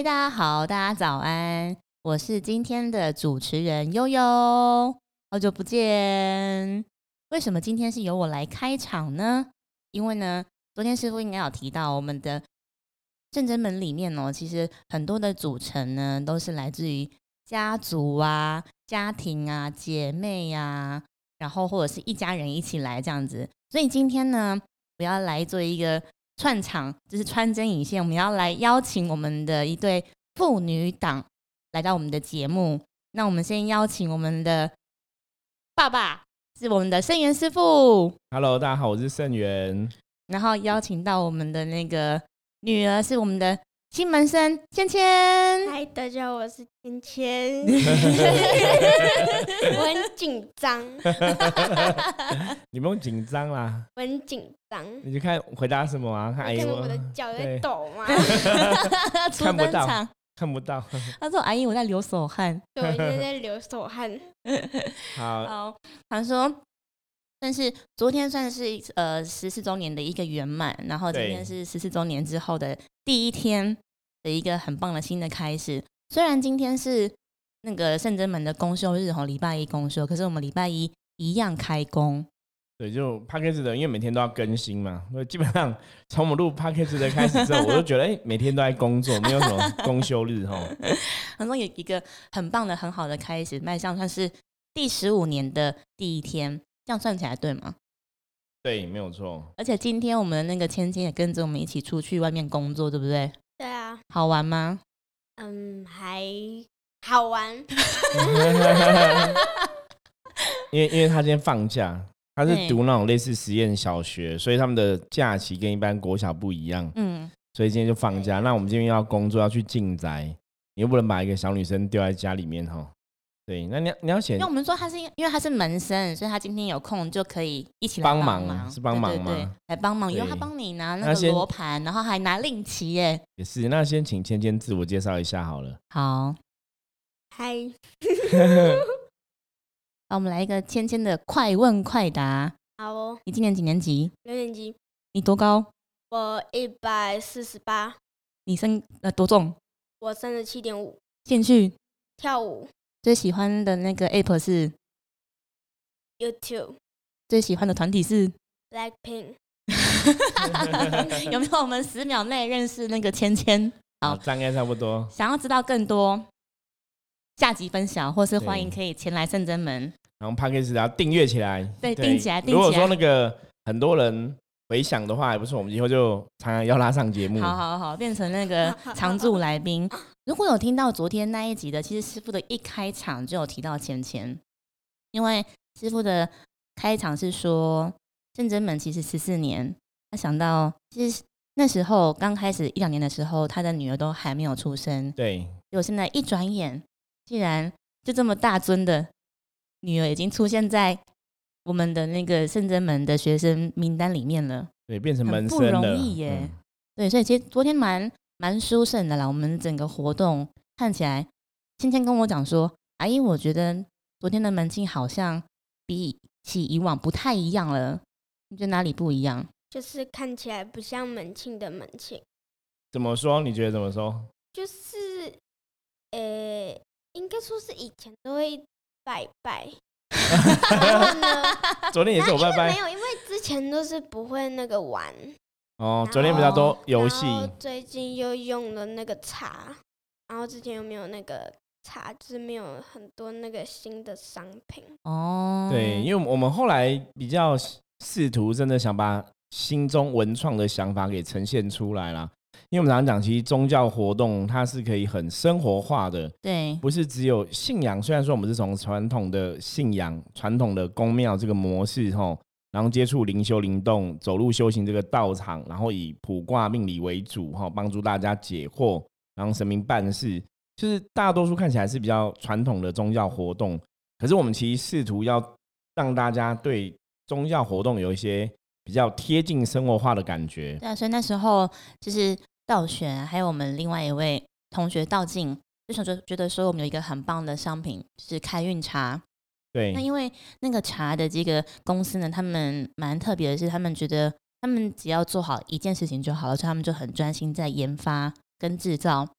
大家好，大家早安，我是今天的主持人悠悠，好久不见。为什么今天是由我来开场呢？因为呢，昨天师傅应该有提到我们的正真门里面其实很多的组成呢都是来自于家族啊、家庭啊、姐妹啊，然后或者是一家人一起来这样子。所以今天呢，我要来做一个串场，就是穿针引线，我们要来邀请我们的一对父女档来到我们的节目。那我们先邀请我们的爸爸，是我们的圣元师傅。 Hello， 大家好，我是圣元。 然后邀请到我们的那个女儿，是我们的新门生芊芊。 嗨，大家好，我是芊芊。我很紧张， 你不用紧张啦， 我很紧张。 你就看回答什么啊？看阿姨， 看我的脚在抖吗？ 初登场看不到。 他说：“阿姨，我在流手汗。” 对，我现在在流手汗。 好， 他说，但是昨天算是14周年的一个圆满，然后今天是14周年之后的第一天的一个很棒的新的开始。虽然今天是那个圣真门的公休日礼拜一公休，可是我们礼拜一一样开工。 对，就 Podcast 的，因为每天都要更新嘛，所以基本上从我们录 Podcast 的开始之后，我就觉得每天都在工作，没有什么公休日哈。 然后有一个很棒的、很好的开始，迈向算是第15年的第一天，这样算起来对吗？ 对，没有错。 而且今天我们的那个芊芊也跟着我们一起出去外面工作，对不对？ 对啊， 好玩吗？ 还好玩。 因为他今天放假。他是读那种类似实验小学，所以他们的假期跟一般国小不一样。所以今天就放假。那我们今天要工作，要去进宅，你又不能把一个小女生丢在家里面哈。对，那你要写。 因为我们说因为他是门生，所以他今天有空就可以一起来帮忙，是帮忙吗？ 对，来帮忙，因为他帮你拿那个罗盘，然后还拿令旗耶。 也是，那先请芊芊自我介绍一下好了。 好， 嗨。 我们来一个芊芊的快问快答。 好哦。 你今年几年级 6年级。 你多高？ 我148。 你多重？ 我37.5。 兴趣？ 跳舞。 最喜欢的那个 app 是 YouTube。 最喜欢的团体是 Blackpink。 有没有我们10秒内认识那个芊芊？ 好，这样应该差不多。 想要知道更多，下集分享，或是欢迎可以前来圣真门。 然后 Podcast 要订阅起来， 对，订起来。 如果说那个很多人回响的话，还不错，我们以后就常常要拉上节目。 好，变成那个常驻来宾。如果有听到昨天那一集的，其实师傅的一开场就有提到芊芊，因为师傅的开场是说圣真门其实14年，他想到其实那时候刚开始1-2年的时候，他的女儿都还没有出生。 对， 结果现在一转眼，竟然就这么大尊的女儿已经出现在我们的那个圣真门的学生名单里面了。 对，变成门生了， 很不容易耶。对，所以其实昨天蛮殊胜的啦。我们整个活动看起来，芊芊跟我讲说，阿姨，我觉得昨天的门庆好像比起以往不太一样了。你觉得哪里不一样？ 就是看起来不像门庆的门庆。 怎么说？你觉得怎么说？ 就是，应该说是以前都会拜拜。然后呢？ 昨天也是有拜拜。 没有，因为之前都是不会那个玩。 昨天比较多游戏。 最近又用了那个茶，然后之前又没有那个茶，就是没有很多那个新的商品。 对，因为我们后来比较试图真的想把心中文创的想法给呈现出来啦。因为我们常常讲，其实宗教活动它是可以很生活化的， 对， 不是只有信仰。虽然说我们是从传统的信仰、传统的宫庙这个模式然后接触灵修灵动，走入修行这个道场，然后以卜卦命理为主帮助大家解惑，然后神明办事，就是大多数看起来是比较传统的宗教活动。可是我们其实试图要让大家对宗教活动有一些比较贴近生活化的感觉。 对啊，所以那时候就是道玄还有我们另外一位同学道静，就觉得说我们有一个很棒的商品是开运茶。 对， 那因为那个茶的这个公司呢，他们蛮特别的是，他们觉得他们只要做好一件事情就好了，所以他们就很专心在研发跟制造。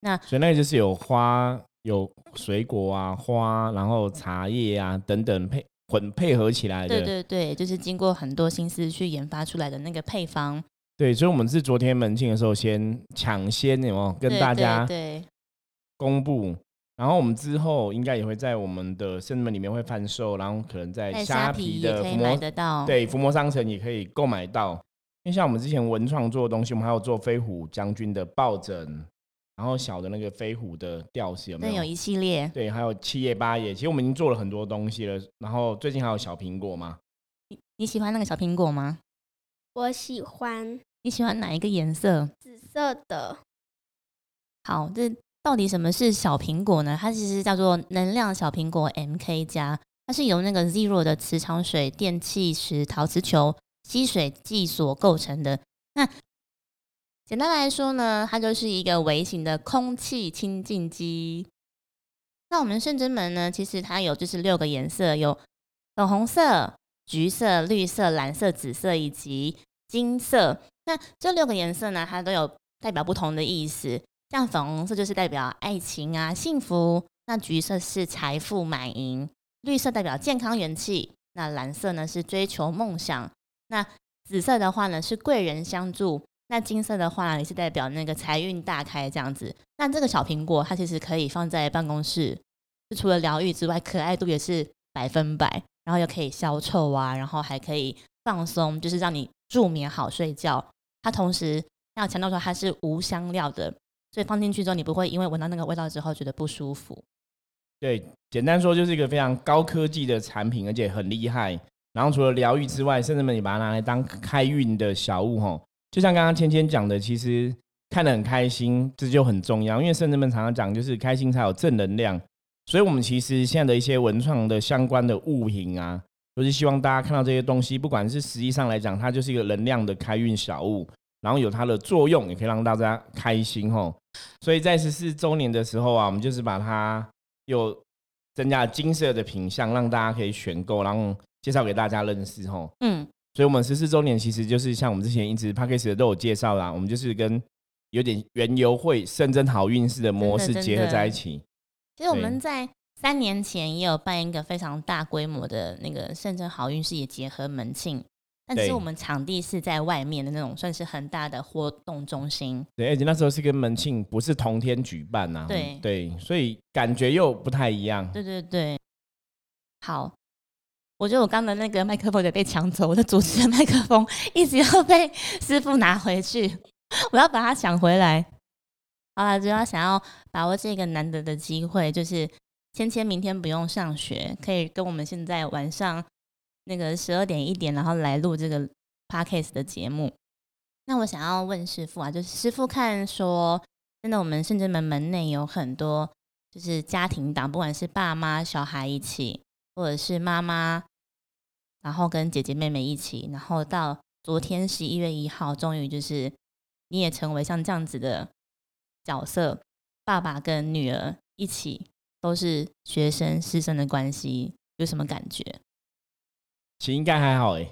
所以那个就是有花、有水果啊、花，然后茶叶啊等等配合起来的。 对对对，就是经过很多心思去研发出来的那个配方。 对，所以我们是昨天门庆的时候抢先有没有跟大家公布，然后我们之后应该也会在我们的圣门里面会贩售，然后可能在虾皮的伏魔商城也可以购买到。因为像我们之前文创做的东西，我们还有做飞虎将军的抱枕，然后小的那个飞虎的吊饰有没有？ 对，有一系列。 对，还有7页8页，其实我们已经做了很多东西了。然后最近还有小苹果吗？ 你喜欢那个小苹果吗？ 我喜欢。 你喜欢哪一个颜色？ 紫色的。 好，这到底什么是小苹果呢？它其实叫做能量小苹果 MK+，它是由那个 Zero 的磁场水电气石陶瓷球吸水剂所构成的。那简单来说呢，它就是一个微型的空气清净机。那我们圣真门呢，其实它有就是6个颜色，有粉红色、橘色、绿色、蓝色、紫色以及金色。那这6个颜色呢，它都有代表不同的意思。像粉红色就是代表爱情啊、幸福，那橘色是财富满盈，绿色代表健康元气，那蓝色呢是追求梦想，那紫色的话呢是贵人相助，那金色的话也是代表那个财运大开这样子。那这个小苹果它其实可以放在办公室，就除了疗愈之外，可爱度也是100%，然后又可以消臭啊，然后还可以放松，就是让你助眠好睡觉。它同时要强调说它是无香料的，所以放进去之后你不会因为闻到那个味道之后觉得不舒服。 对，简单说就是一个非常高科技的产品，而且很厉害。然后除了疗愈之外，甚至们也把它拿来当开运的小物齁。就像刚刚芊芊讲的，其实看得很开心，这就很重要。因为圣人们常常讲，就是开心才有正能量。所以我们其实现在的一些文创的相关的物品啊，都是希望大家看到这些东西，不管是实际上来讲，它就是一个能量的开运小物，然后有它的作用，也可以让大家开心齁。所以在14周年的时候啊，我们就是把它又增加了金色的品项，让大家可以选购，然后介绍给大家认识齁。所以我们14周年其实就是像我们之前一直 Podcast 都有介绍啦，我们就是跟有点园游会圣真好运势的模式结合在一起。 其实我们在3年前也有办一个非常大规模的那个圣真好运事业结合门庆，但是我们场地是在外面的那种算是很大的活动中心。 对，而且那时候是跟门庆不是同天举办啊。对，所以感觉又不太一样。 对对对。好，我觉得我刚的那个麦克风有被抢走，我的主持人麦克风一直要被师父拿回去，我要把它抢回来。好啦，主要想要把握这个难得的机会，就是芊芊明天不用上学，可以跟我们现在晚上那个12点1点，然后来录这个 podcast 的节目。那我想要问师父啊，就是师父看说，真的我们圣真门内有很多就是家庭档，不管是爸妈小孩一起，或者是妈妈然后跟姐姐妹妹一起，然后到昨天11月1号终于就是你也成为像这样子的角色，爸爸跟女儿一起都是学生师生的关系，有什么感觉？ 其实应该还好为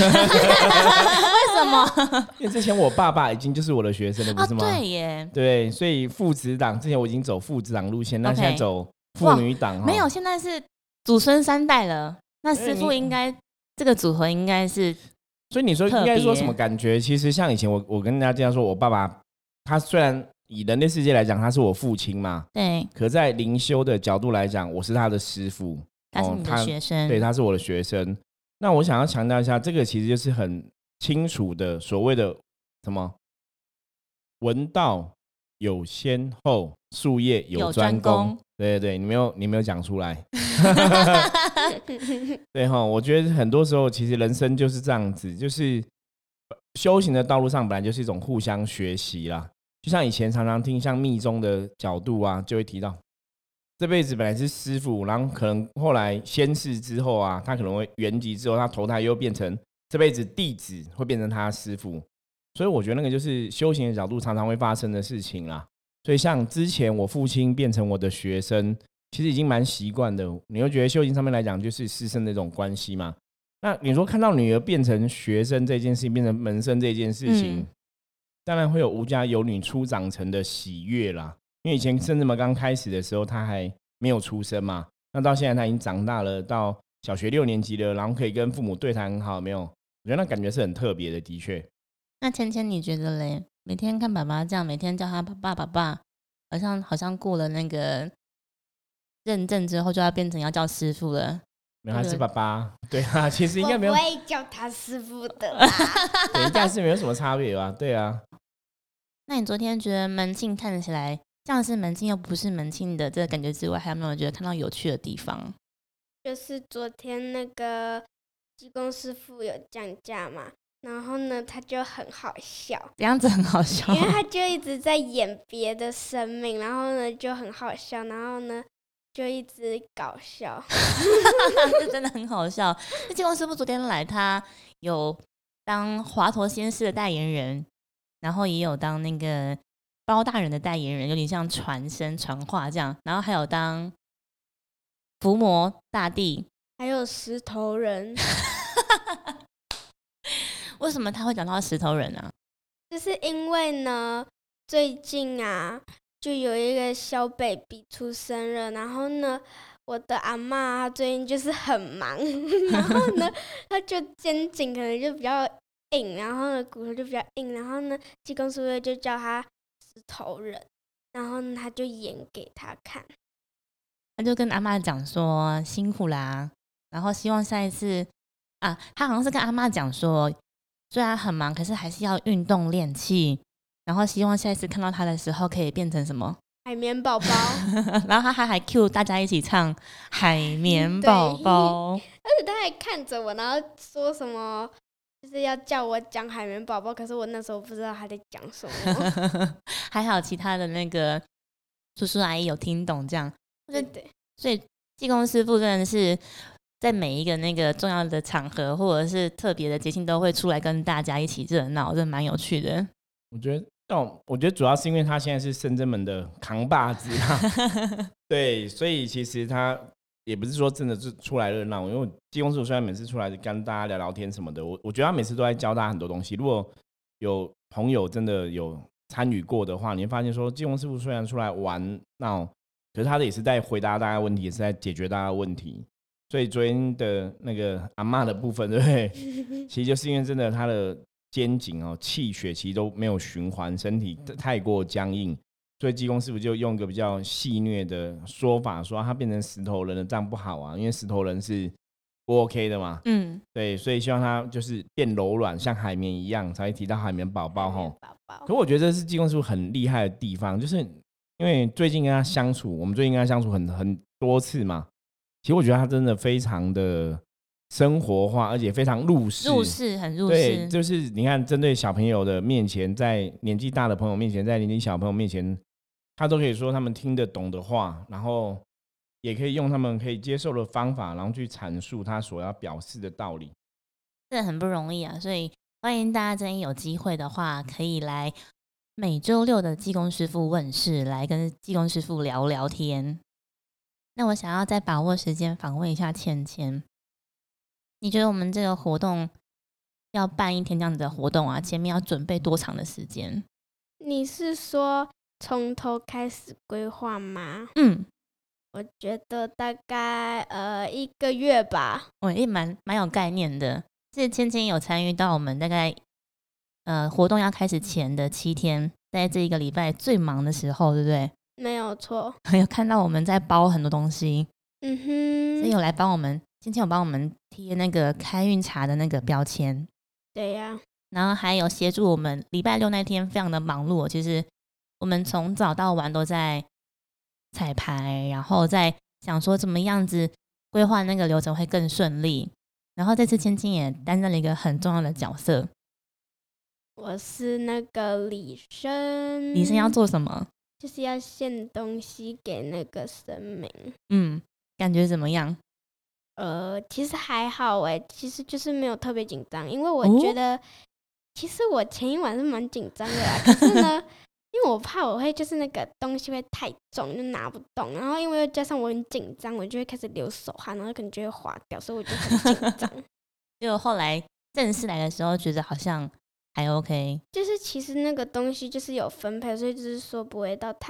什么？ 因为之前我爸爸已经就是我的学生了，不是吗？ 对耶， 对，所以父子档之前我已经走父子档路线，那现在走父女档。 没有，现在是祖孙3代了，那师父应该这个组合应该是， 所以你说应该说什么感觉？其实像以前我跟大家这样说，我爸爸他虽然以人类世界来讲他是我父亲嘛， 对， 可在灵修的角度来讲，我是他的师父， 他是你的学生， 对，他是我的学生。那我想要强调一下，这个其实就是很清楚的所谓的什么闻道有先后，术业有专攻。对对对，你没有讲出来。对齁，我觉得很多时候其实人生就是这样子，就是修行的道路上本来就是一种互相学习啦。就像以前常常听像密宗的角度啊，就会提到这辈子本来是师父，然后可能后来仙逝之后啊，他可能会圆寂之后，他投胎又变成这辈子弟子，会变成他师父。所以我觉得那个就是修行的角度常常会发生的事情啦。所以像之前我父亲变成我的学生，其实已经蛮习惯的。你会觉得修行上面来讲就是师生的这种关系嘛？那你说看到女儿变成学生这件事情，变成门生这件事情，当然会有无家有女初长成的喜悦啦。 因为以前圣真门刚开始的时候他还没有出生嘛，那到现在他已经长大了，到小学6年级了，然后可以跟父母对谈很好，有没有？我觉得那感觉是很特别的，的确。 那芊芊你觉得嘞？每天看爸爸这样，每天叫他爸爸，好像过了那个认证之后，就要变成要叫师傅了。 没有，还是爸爸。对啊，其实应该没有， 我不会叫他师傅的啦。 对，应该是没有什么差别吧？对啊。 那你昨天觉得门庆看起来像是门庆又不是门庆的这个感觉之外，还有没有觉得看到有趣的地方？ 就是昨天那个济公师傅有降价嘛，然后呢他就很好笑， 这样子很好笑， 因为他就一直在演别的生命，然后呢就很好笑，然后呢就一直搞笑。 这真的很好笑。那济公师傅昨天来，他有当华佗仙师的代言人，然后也有当那个包大人的代言人，有点像传声传话这样，然后还有当伏魔大帝， 还有石头人。 为什么他会讲到石头人啊？ 就是因为呢最近啊就有一个小 baby 出生了，然后呢我的阿嬷她最近就是很忙，然后呢她就肩颈可能就比较硬，然后呢骨头就比较硬，然后呢济公师傅就叫他石头人，然后呢他就演给他看。 他就跟阿嬷讲说辛苦啦，然后希望下一次啊，他好像是跟阿嬷讲说，虽然很忙，可是还是要运动练气，然后希望下一次看到他的时候可以变成什么海绵宝宝。 然后他还 cue 大家一起唱海绵宝宝， 而且他还看着我，然后说什么就是要叫我讲海绵宝宝，可是我那时候不知道他在讲什么。 还好其他的那个叔叔阿姨有听懂这样。 对对， 所以济公师傅真的是在每一个那个重要的场合或者是特别的节庆都会出来跟大家一起热闹，真的蛮有趣的。 我觉得主要是因为他现在是圣真门的扛把子啦，对，所以其实他也不是说真的是出来热闹，因为济公师傅虽然每次出来跟大家聊聊天什么的，我觉得他每次都在教大家很多东西。如果有朋友真的有参与过的话，你会发现说济公师傅虽然出来玩闹，可是他也是在回答大家问题，也是在解决大家问题。所以昨天的那个阿嬷的部分，对不对？其实就是因为真的他的肩颈气血其实都没有循环，身体太过僵硬，所以济公师傅就用一个比较戏谑的说法，说他变成石头人了，这样不好啊，因为石头人是不 OK 的嘛。对，所以希望他就是变柔软，像海绵一样，才会提到海绵宝宝吼。可我觉得这是济公师傅很厉害的地方，就是因为最近跟他相处，我们最近跟他相处很多次嘛，其实我觉得他真的非常的生活化，而且非常入世， 很入世。 对，就是你看，针对小朋友的面前，在年纪大的朋友面前，在年纪小朋友面前，他都可以说他们听得懂的话，然后也可以用他们可以接受的方法，然后去阐述他所要表示的道理。 这很不容易啊，所以欢迎大家真的有机会的话，可以来每周六的济公师傅问世，来跟济公师傅聊聊天。那我想要再把握时间访问一下芊芊，你觉得我们这个活动要办一天这样子的活动啊，前面要准备多长的时间？ 你是说从头开始规划吗？我觉得大概1个月吧。 我也蛮有概念的。这芊芊有参与到我们大概活动要开始前的7天，在这一个礼拜最忙的时候，对不对？ 没有错。 有看到我们在包很多东西， 所以有来帮我们，芊芊有帮我们贴那个开运茶的那个标签。 对呀。 然后还有协助我们礼拜6那天非常的忙碌，其实我们从早到晚都在彩排，然后在想说怎么样子规划那个流程会更顺利。然后这次芊芊也担任了一个很重要的角色。 我是那个礼生。 礼生要做什么？ 就是要献东西给那个神明。 感觉怎么样？ 其实还好其实就是没有特别紧张，因为我觉得其实我前一晚是蛮紧张的啦，可是呢因为我怕我会就是那个东西会太重就拿不动，然后因为加上我很紧张，我就会开始流手汗，然后可能就会滑掉，所以我就很紧张。 结果后来正式来的时候觉得好像还 OK， 就是其实那个东西就是有分配，所以就是说不会到太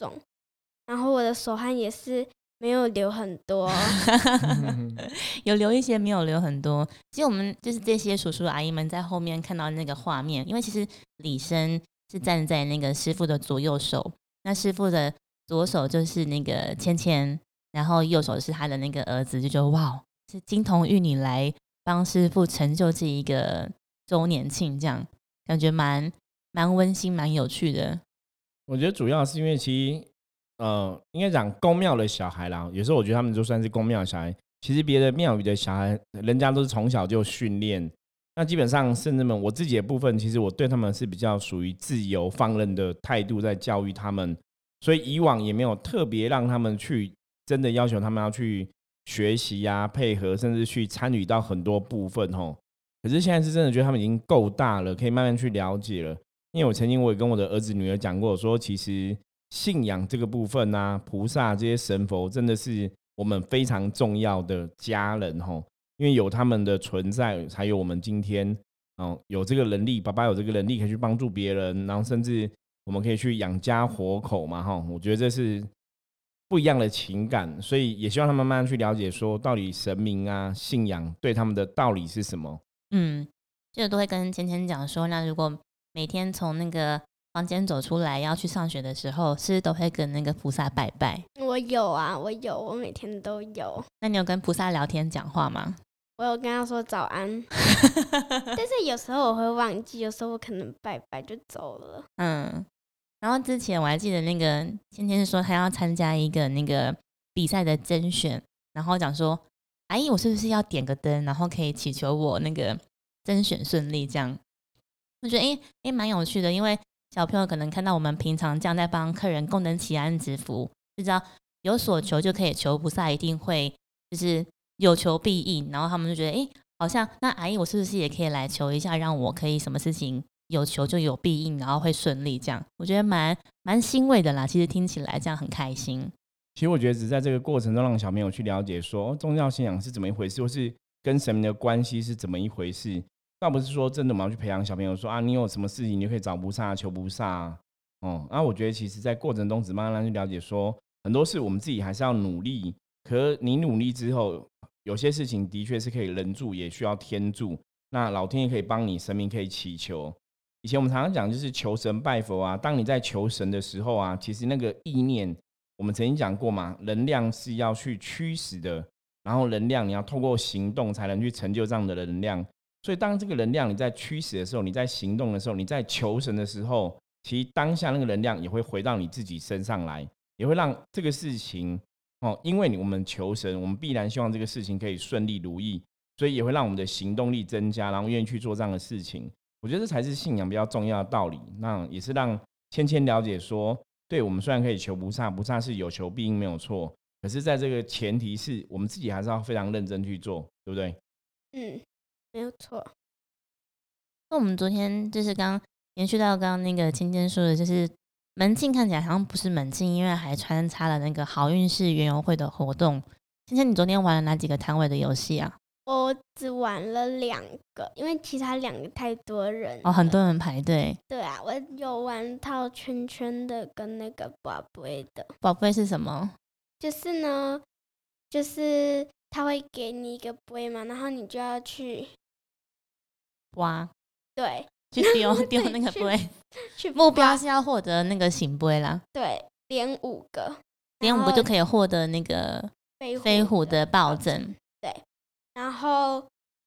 重，然后我的手汗也是没有流很多。 有流一些，没有流很多。其实我们就是这些叔叔阿姨们在后面看到那个画面，因为其实李生是站在那个师傅的左右手，那师傅的左手就是那个芊芊，然后右手是他的那个儿子，就觉得哇，是金童玉女来帮师傅成就这一个周年庆，这样感觉蛮温馨、蛮有趣的。 我觉得主要是因为其实应该讲公庙的小孩啦，有时候我觉得他们就算是公庙的小孩，其实别的庙宇的小孩，人家都是从小就训练。那基本上甚至们我自己的部分，其实我对他们是比较属于自由放任的态度在教育他们，所以以往也没有特别让他们去真的要求他们要去学习啊、配合，甚至去参与到很多部分吼。可是现在是真的觉得他们已经够大了，可以慢慢去了解了。因为我也跟我的儿子女儿讲过，说其实信仰这个部分啊，菩萨这些神佛真的是我们非常重要的家人吼，因为有他们的存在，才有我们今天有这个能力，爸爸有这个能力可以去帮助别人，然后甚至我们可以去养家活口嘛吼。我觉得这是不一样的情感，所以也希望他们慢慢去了解说，到底神明啊、信仰对他们的道理是什么。 这个都会跟芊芊讲说，那如果每天从那个房间走出来要去上学的时候，是不是都会跟那个菩萨拜拜？ 我有啊，我每天都有。 那你有跟菩萨聊天讲话吗？ 我有跟他说早安，但是有时候我会忘记，有时候我可能拜拜就走了。 然后之前我还记得那个芊芊说她要参加一个那个比赛的甄选，然后讲说，阿姨我是不是要点个灯，然后可以祈求我那个甄选顺利这样。我觉得蛮有趣的，因为小朋友可能看到我们平常这样在帮客人供灯祈安植福，就知道有所求就可以求，菩萨一定会就是有求必应，然后他们就觉得好像那阿姨我是不是也可以来求一下，让我可以什么事情有求就有必应，然后会顺利这样。我觉得蛮欣慰的啦，其实听起来这样很开心。 其实我觉得只在这个过程中让小朋友去了解说宗教信仰是怎么一回事，或是跟神明的关系是怎么一回事，倒不是说真的我们要去培养小朋友说啊，你有什么事情你就可以找菩萨求菩萨我觉得其实在过程中只慢慢去了解说，很多事我们自己还是要努力，可你努力之后有些事情的确是可以人助，也需要天助，那老天爷可以帮你，神明可以祈求。以前我们常常讲就是求神拜佛啊，当你在求神的时候啊，其实那个意念我们曾经讲过嘛，能量是要去驱使的，然后能量你要透过行动才能去成就这样的能量。所以当这个能量你在驱使的时候，你在行动的时候，你在求神的时候，其实当下那个能量也会回到你自己身上来，也会让这个事情因为我们求神，我们必然希望这个事情可以顺利如意，所以也会让我们的行动力增加，然后愿意去做这样的事情。我觉得这才是信仰比较重要的道理。那也是让芊芊了解说，对，我们虽然可以求菩萨，菩萨是有求必应没有错，可是在这个前提是我们自己还是要非常认真去做，对不对？ 没有错。 那我们昨天就是延续到刚刚那个芊芊说的，就是门庆看起来好像不是门庆，因为还穿插了那个好运势园游会的活动。芊芊，你昨天玩了哪几个摊位的游戏啊？ 我只玩了2个，因为其他2个太多人很多人排队。 对啊，我有玩套圈圈的跟那个宝贝的。 宝贝是什么？ 就是呢，就是他会给你一个杯嘛，然后你就要去挖， 对， 去丢那个杯，目标是要获得那个醒杯啦。 对，连5个， 连5个就可以获得那个飞虎的抱枕。 对，然后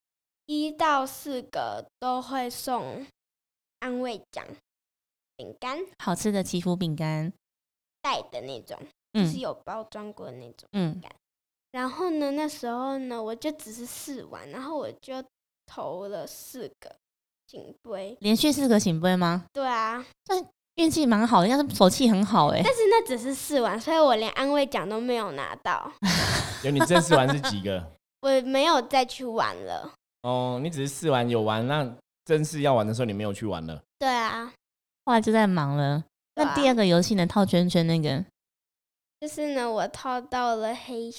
1到4个都会送安慰奖饼干， 好吃的祈福饼干， 带的那种，就是有包装过的那种饼干。然后呢，那时候呢，我就只是试玩，然后我就投了4个醒杯， 连续4个醒杯吗？ 对啊， 但运气蛮好的，要是手气很好但是那只是试玩，所以我连安慰奖都没有拿到。 有你正式玩是几个？ 我没有再去玩了。 你只是试玩有玩，那正式要玩的时候你没有去玩了？ 对啊， 后来就在忙了。那第2个游戏呢？套圈圈那个， 就是呢，我套到了黑象。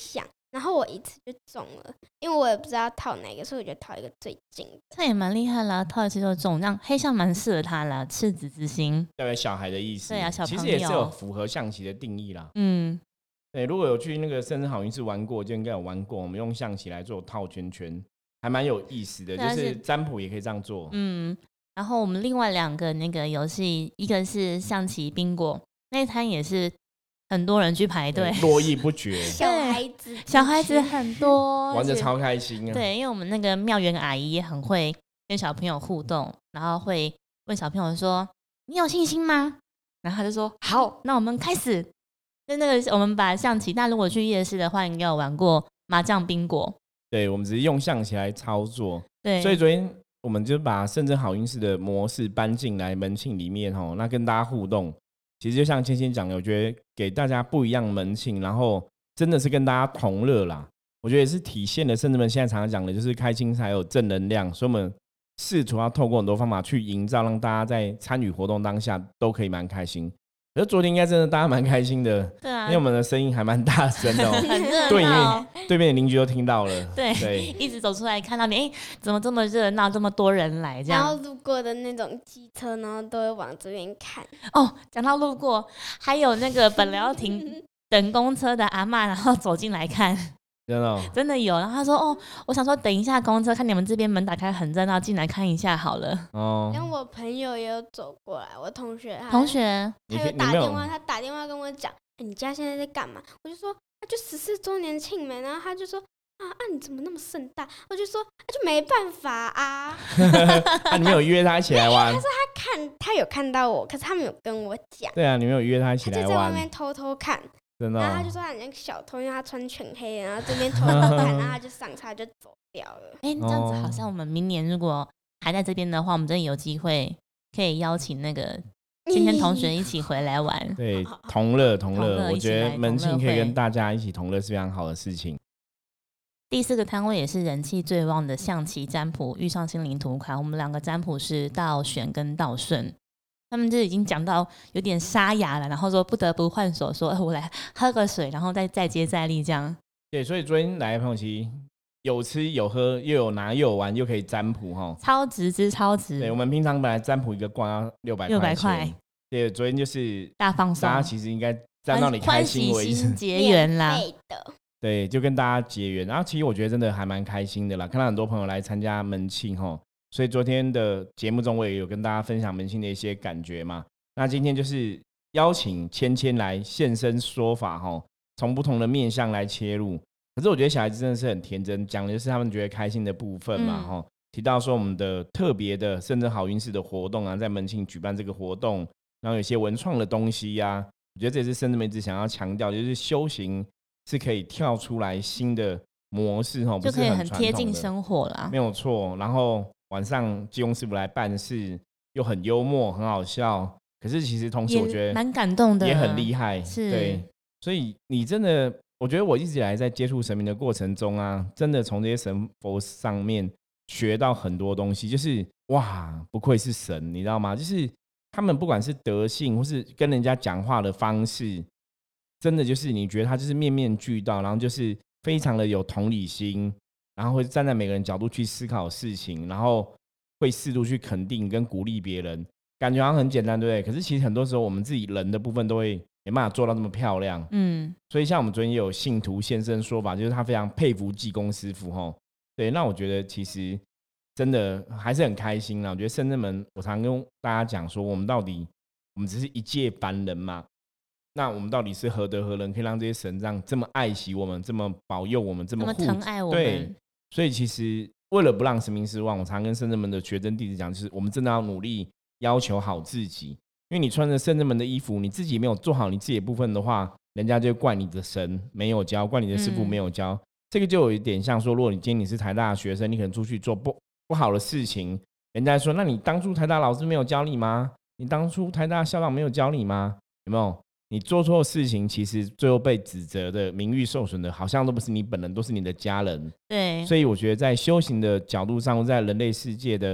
然后我一次就中了，因为我也不知道套哪个，所以我就套一个最近的。 这也蛮厉害啦，套一次就中，让黑象蛮适合他啦，赤子之心。 代表小孩的意思。 对啊，小朋友其实也是有符合象棋的定义啦。对，如果有去那个生日好运势玩过，就应该有玩过。我们用象棋来做套圈圈，还蛮有意思的，就是占卜也可以这样做。 然后我们另外2个那个游戏，一个是象棋宾果，那一摊也是很多人去排队， 络绎不绝。 小孩子很多， 玩得超开心啊！ 对，因为我们那个妙园阿姨也很会跟小朋友互动，然后会问小朋友说：“你有信心吗？”然后他就说：“好，那我们开始。”就那个我们把象棋，那如果去夜市的话，应该有玩过麻将宾果。 对，我们只是用象棋来操作。 对， 所以昨天我们就把圣真好运势的模式搬进来门庆里面吼，那跟大家互动。其实就像芊芊讲的，我觉得给大家不一样门庆，然后真的是跟大家同乐啦。我觉得也是体现了圣真们现在常常讲的，就是开心才有正能量。所以我们试图要透过很多方法去营造，让大家在参与活动当下都可以蛮开心。可是昨天应该真的大家蛮开心的， 对啊， 因为我们的声音还蛮大声的哦， 很热闹， 对面的邻居都听到了， 对，一直走出来看到你，怎么这么热闹，这么多人来这样， 然后路过的那种机车，然后都会往这边看。 哦，讲到路过，还有那个本来要停等公车的阿嬷，然后走进来看。 真的哦， 真的有，然后他说：“哦，我想说等一下公车，看你们这边门打开很热闹，进来看一下好了。” 哦， 然后我朋友也有走过来，我同学他有打电话，他打电话跟我讲：“你家现在在干嘛？”我就说：“他就14周年庆没。”然后他就说：“你怎么那么盛大？”我就说：“就没办法啊。” 你没有约他一起来玩？ 他说他有看到我，可是他没有跟我讲。 对啊，你没有约他一起来玩， 他就在外面偷偷看。 真的， 然后他就说他很像小偷，因为他穿全黑，然后这边偷偷看，然后他就上车就走掉了。 这样子好像我们明年如果还在这边的话，我们真的有机会可以邀请那个芊芊同学一起回来玩。 对，同乐，我觉得门庆可以跟大家一起同乐是非常好的事情。 第4个摊位也是人气最旺的象棋占卜遇上心灵图卡，我们2个占卜是道玄跟道顺。他们就已经讲到有点沙哑了，然后说不得不换手，说我来喝个水，然后再接再厉这样。 对，所以昨天来的朋友其实有吃有喝，又有拿又有玩，又可以占卜哈， 超值之超值。 对，我们平常本来占卜一个卦要600块，对，昨天就是大放松， 大家其实应该占到你开心为止， 结缘啦。 对，就跟大家结缘。然后其实我觉得真的还蛮开心的啦，看到很多朋友来参加门庆哈。所以昨天的节目中，我也有跟大家分享门庆的一些感觉嘛。那今天就是邀请芊芊来现身说法哈，从不同的面向来切入。可是我觉得小孩子真的是很天真，讲的就是他们觉得开心的部分嘛哈。提到说我们的特别的圣真好运势的活动啊，在门庆举办这个活动，然后有些文创的东西呀，我觉得这也是圣真们一直想要强调，就是修行是可以跳出来新的模式哈， 就可以很贴近生活啦， 没有错。然后晚上济公师傅来办事，又很幽默，很好笑。可是其实同时我觉得蛮感动的， 也很厉害。 是， 对，所以你真的，我觉得我一直以来在接触神明的过程中啊，真的从这些神佛上面学到很多东西。就是哇，不愧是神，你知道吗？就是他们不管是德性，或是跟人家讲话的方式，真的就是你觉得他就是面面俱到，然后就是非常的有同理心。然后会站在每个人角度去思考事情，然后会适度去肯定跟鼓励别人，感觉好像很简单，对不对？可是其实很多时候我们自己人的部分都会没办法做到这么漂亮。所以像我们昨天也有信徒现身说法，就是他非常佩服济公师傅齁。对，那我觉得其实真的还是很开心啦。我觉得圣真门，我常跟大家讲说，我们只是一介凡人嘛。那我们到底是何德何能，可以让这些神这么爱惜我们，这么保佑我们，这么疼爱我们？ 对。所以其实为了不让神明失望，我常跟圣真门的学生弟子讲，就是我们真的要努力要求好自己。因为你穿着圣真门的衣服，你自己没有做好你自己的部分的话，人家就会怪你的神没有教，怪你的师父没有教。这个就有一点像说，如果你今天你是台大的学生，你可能出去做不好的事情，人家说那你当初台大老师没有教你吗？你当初台大校长没有教你吗？有没有？你做错事情，其实最后被指责的、名誉受损的，好像都不是你本人，都是你的家人。 对， 所以我觉得在修行的角度上，在人类世界的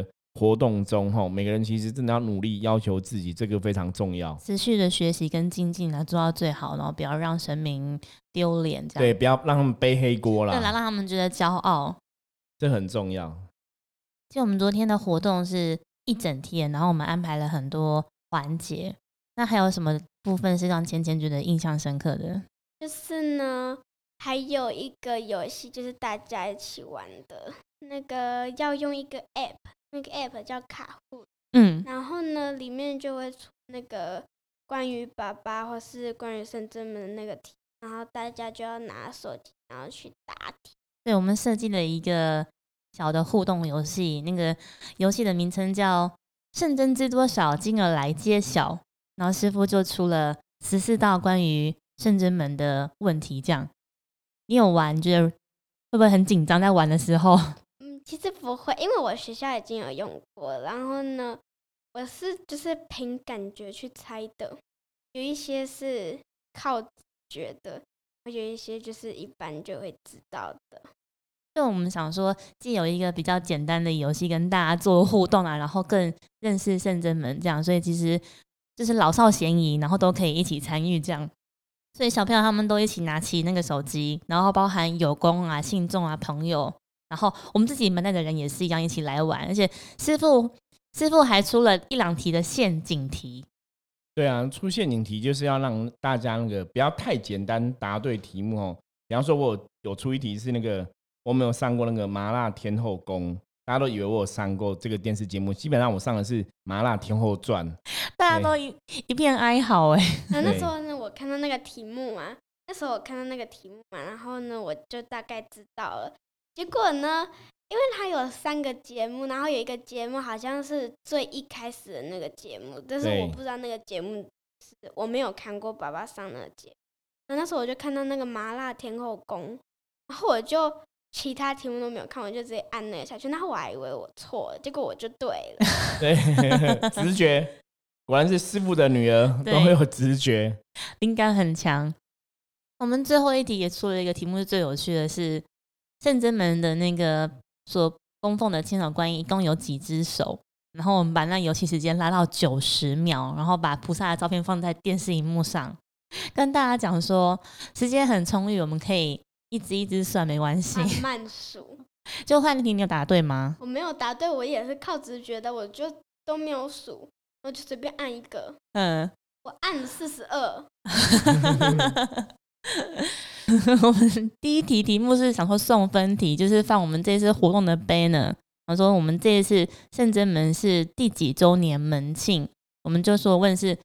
活动中每个人其实真的要努力要求自己，这个非常重要。 持续的学习跟精进来做到最好，然后不要让神明丢脸，这样对，不要让他们背黑锅啦， 对，来让他们觉得骄傲。 这很重要。 就我们昨天的活动是一整天，然后我们安排了很多环节。那还有什么部分是让芊芊觉得印象深刻的？ 就是呢，还有一个游戏，就是大家一起玩的，那个要用一个 app， 那个 app 叫卡户，然后呢，里面就会出那个关于爸爸或是关于圣真门的那个题，然后大家就要拿手机，然后去答题。 对，我们设计了一个小的互动游戏，那个游戏的名称叫圣真知多少，金额来揭晓。然后师傅就出了14道关于圣真门的问题，这样你有玩？你觉得会不会很紧张在玩的时候？ 其实不会，因为我学校已经有用过，然后呢，我是就是凭感觉去猜的，有一些是靠直觉的，有一些就是一般就会知道的。 就我们想说，既有一个比较简单的游戏跟大家做互动啊，然后更认识圣真门这样，所以其实就是老少咸宜，然后都可以一起参与这样。所以小朋友他们都一起拿起那个手机，然后包含友工啊、信众啊、朋友，然后我们自己门内的人也是一样一起来玩。而且师傅还出了1、2题的陷阱题。 对啊，出陷阱题就是要让大家那个不要太简单答对题目比方说我有出一题是那个我没有上过那个麻辣天后宫，大家都以为我有上过这个电视节目，基本上我上的是麻辣天后传， 大家都一片哀嚎那时候呢，我看到那个题目嘛，然后呢，我就大概知道了。结果呢，因为它有3个节目，然后有一个节目好像是最一开始的那个节目，但是我不知道那个节目是我没有看过爸爸上那个节目。那时候我就看到那个麻辣天后宫，然后我就其他题目都没有看，我就直接按那个下去。那我还以为我错了，结果我就对了。 对，直觉，果然是师傅的女儿都会有直觉， 灵感很强。我们最后一题也出了一个题目，是最有趣的是圣真门的那个所供奉的千手观音一共有几只手，然后我们把那游戏时间拉到90秒，然后把菩萨的照片放在电视荧幕上，跟大家讲说时间很充裕，我们可以一只一只算没关系， 慢慢数。 就换那题你有答对吗？ 我没有答对，我也是靠直觉的，我就都没有数，我就随便按一个。我按42。 我们第一题题目是想说送分题，就是放我们这次活动的 banner， 然后说我们这一次圣真门是第几周年门庆，我们就说问是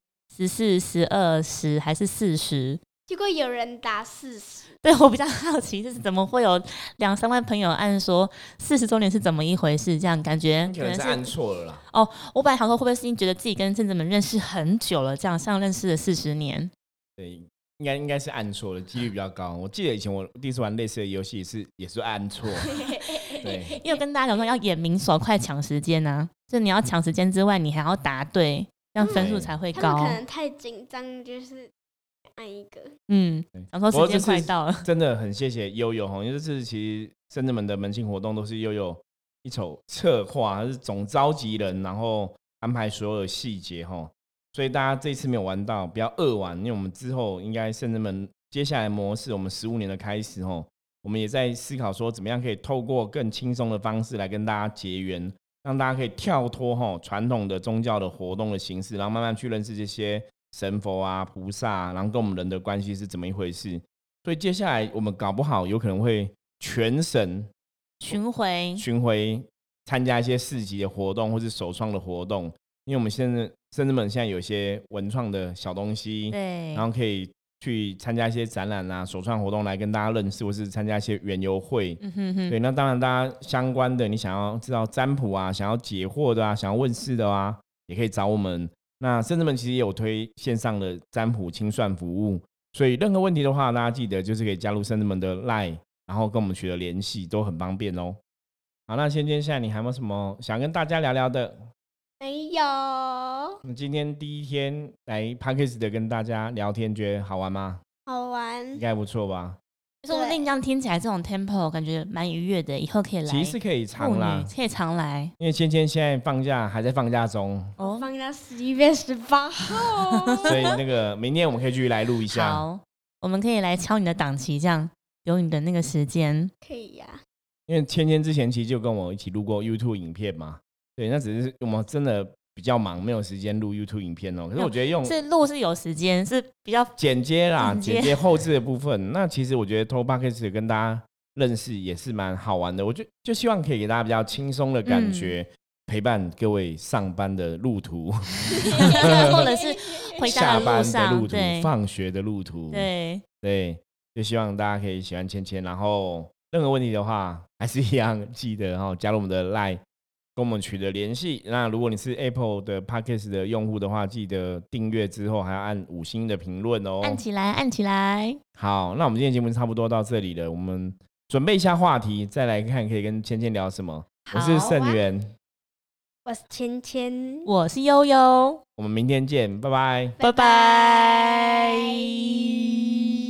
14、12、10还是40， 结果有人答40。 对，我比较好奇就是怎么会有2、3位朋友按说40周年是怎么一回事，这样感觉可能是按错了啦。 我本来想说会不会是因为觉得自己跟圣真门认识很久了，这样像认识了40年。 对，应该是按错了，几率比较高。我记得以前我第一次玩类似的游戏也是按错。对， 因为跟大家讲说要眼明手快抢时间啊，就你要抢时间之外，你还要答对，这样分数才会高。 他们可能太紧张，就是按一个。 想说时间快到了。 真的很谢谢悠悠因为这次其实圣真门的门庆活动都是悠悠一手策划，他是总召集人，然后安排所有的细节所以大家这一次没有玩到，不要恶玩，因为我们之后应该圣真门接下来模式，我们15年的开始我们也在思考说怎么样可以透过更轻松的方式来跟大家结缘，让大家可以跳脱传统的宗教的活动的形式，然后慢慢去认识这些神佛啊、菩萨，然后跟我们人的关系是怎么一回事。所以接下来我们搞不好有可能会全省巡回参加一些市集的活动或是首创的活动，因为我们现在圣真门现在有一些文创的小东西， 对， 然后可以去参加一些展览啊、首创活动来跟大家认识，或是参加一些园游会。对，那当然大家相关的，你想要知道占卜啊、想要解惑的啊、想要问事的啊，也可以找我们。那圣真门其实也有推线上的占卜清算服务，所以任何问题的话，大家记得就是可以加入圣真门的 LINE， 然后跟我们取得联系，都很方便哦。好，那芊芊，现在你还有没有什么想跟大家聊聊的？ 没有。 那今天第一天来 Podcast 的跟大家聊天，觉得好玩吗？ 好玩。 应该不错吧？ 说不定这样听起来这种 tempo 感觉蛮愉悦的，以后可以来。 其实是可以常啦， 可以常来， 因为芊芊现在放假还在放假中， 放到11月18号， 所以那个明天我们可以继续来录一下。 好，我们可以来敲你的档期，这样有你的那个时间。 可以呀。 因为芊芊之前其实就跟我一起录过 YouTube 影片嘛，对，那只是我们真的比较忙，没有时间录 YouTube 影片哦。可是我觉得是录是有时间，是比较剪接啦，剪接后置的部分。那其实我觉得偷 Podcast 跟大家认识也是蛮好玩的，我就希望可以给大家比较轻松的感觉，陪伴各位上班的路途， 或者是回家下班的路途， 对， 放学的路途，对，就希望大家可以喜欢芊芊，然后任何问题的话，还是一样记得加入我们的 LINE。跟我们取得联系。那如果你是 Apple 的 Podcast 的用户的话，记得订阅之后还要按5星的评论哦， 按起来，按起来。 好，那我们今天节目差不多到这里了，我们准备一下话题，再来看可以跟芊芊聊什么。我是盛元， 我是芊芊， 我是悠悠， 我们明天见，拜拜， 拜拜。